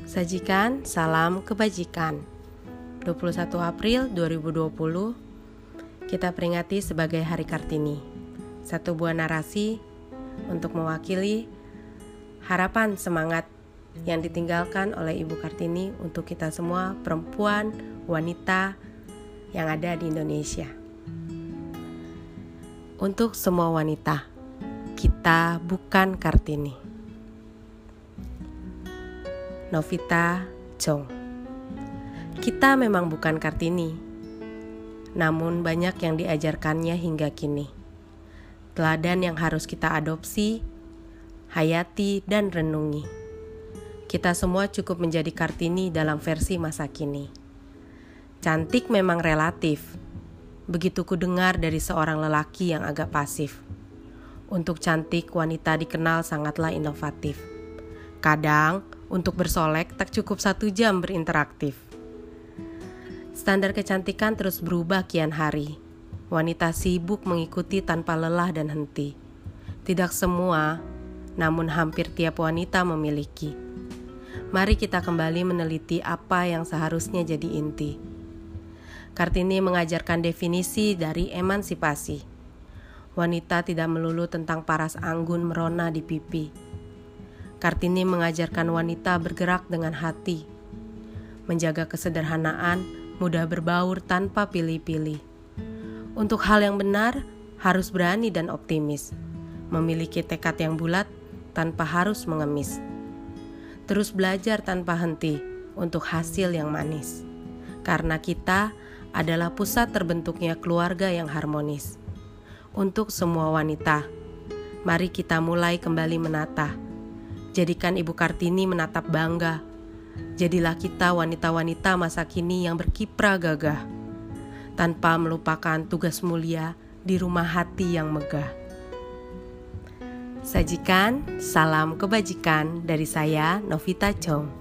Sajikan salam kebajikan. 21 April 2020 kita peringati sebagai Hari Kartini. Satu buah narasi untuk mewakili harapan semangat yang ditinggalkan oleh Ibu Kartini untuk kita semua perempuan, wanita yang ada di Indonesia. Untuk semua wanita, kita bukan Kartini. Novita Chong. Kita memang bukan Kartini, namun banyak yang diajarkannya hingga kini. Teladan yang harus kita adopsi, hayati, dan renungi. Kita semua cukup menjadi Kartini dalam versi masa kini. Cantik memang relatif, begitu ku dengar dari seorang lelaki yang agak pasif. Untuk cantik, wanita dikenal sangatlah inovatif. Kadang, untuk bersolek tak cukup 1 jam berinteraksi. Standar kecantikan terus berubah kian hari. Wanita sibuk mengikuti tanpa lelah dan henti. Tidak semua, namun hampir tiap wanita memiliki. Mari kita kembali meneliti apa yang seharusnya jadi inti. Kartini mengajarkan definisi dari emansipasi. Wanita tidak melulu tentang paras anggun merona di pipi. Kartini mengajarkan wanita bergerak dengan hati, menjaga kesederhanaan, mudah berbaur tanpa pilih-pilih. Untuk hal yang benar, harus berani dan optimis, memiliki tekad yang bulat tanpa harus mengemis. Terus belajar tanpa henti untuk hasil yang manis, karena kita adalah pusat terbentuknya keluarga yang harmonis. Untuk semua wanita, mari kita mulai kembali menata. Jadikan Ibu Kartini menatap bangga. Jadilah kita wanita-wanita masa kini yang berkiprah gagah, tanpa melupakan tugas mulia di rumah hati yang megah. Sajikan salam kebajikan dari saya, Novita Chong.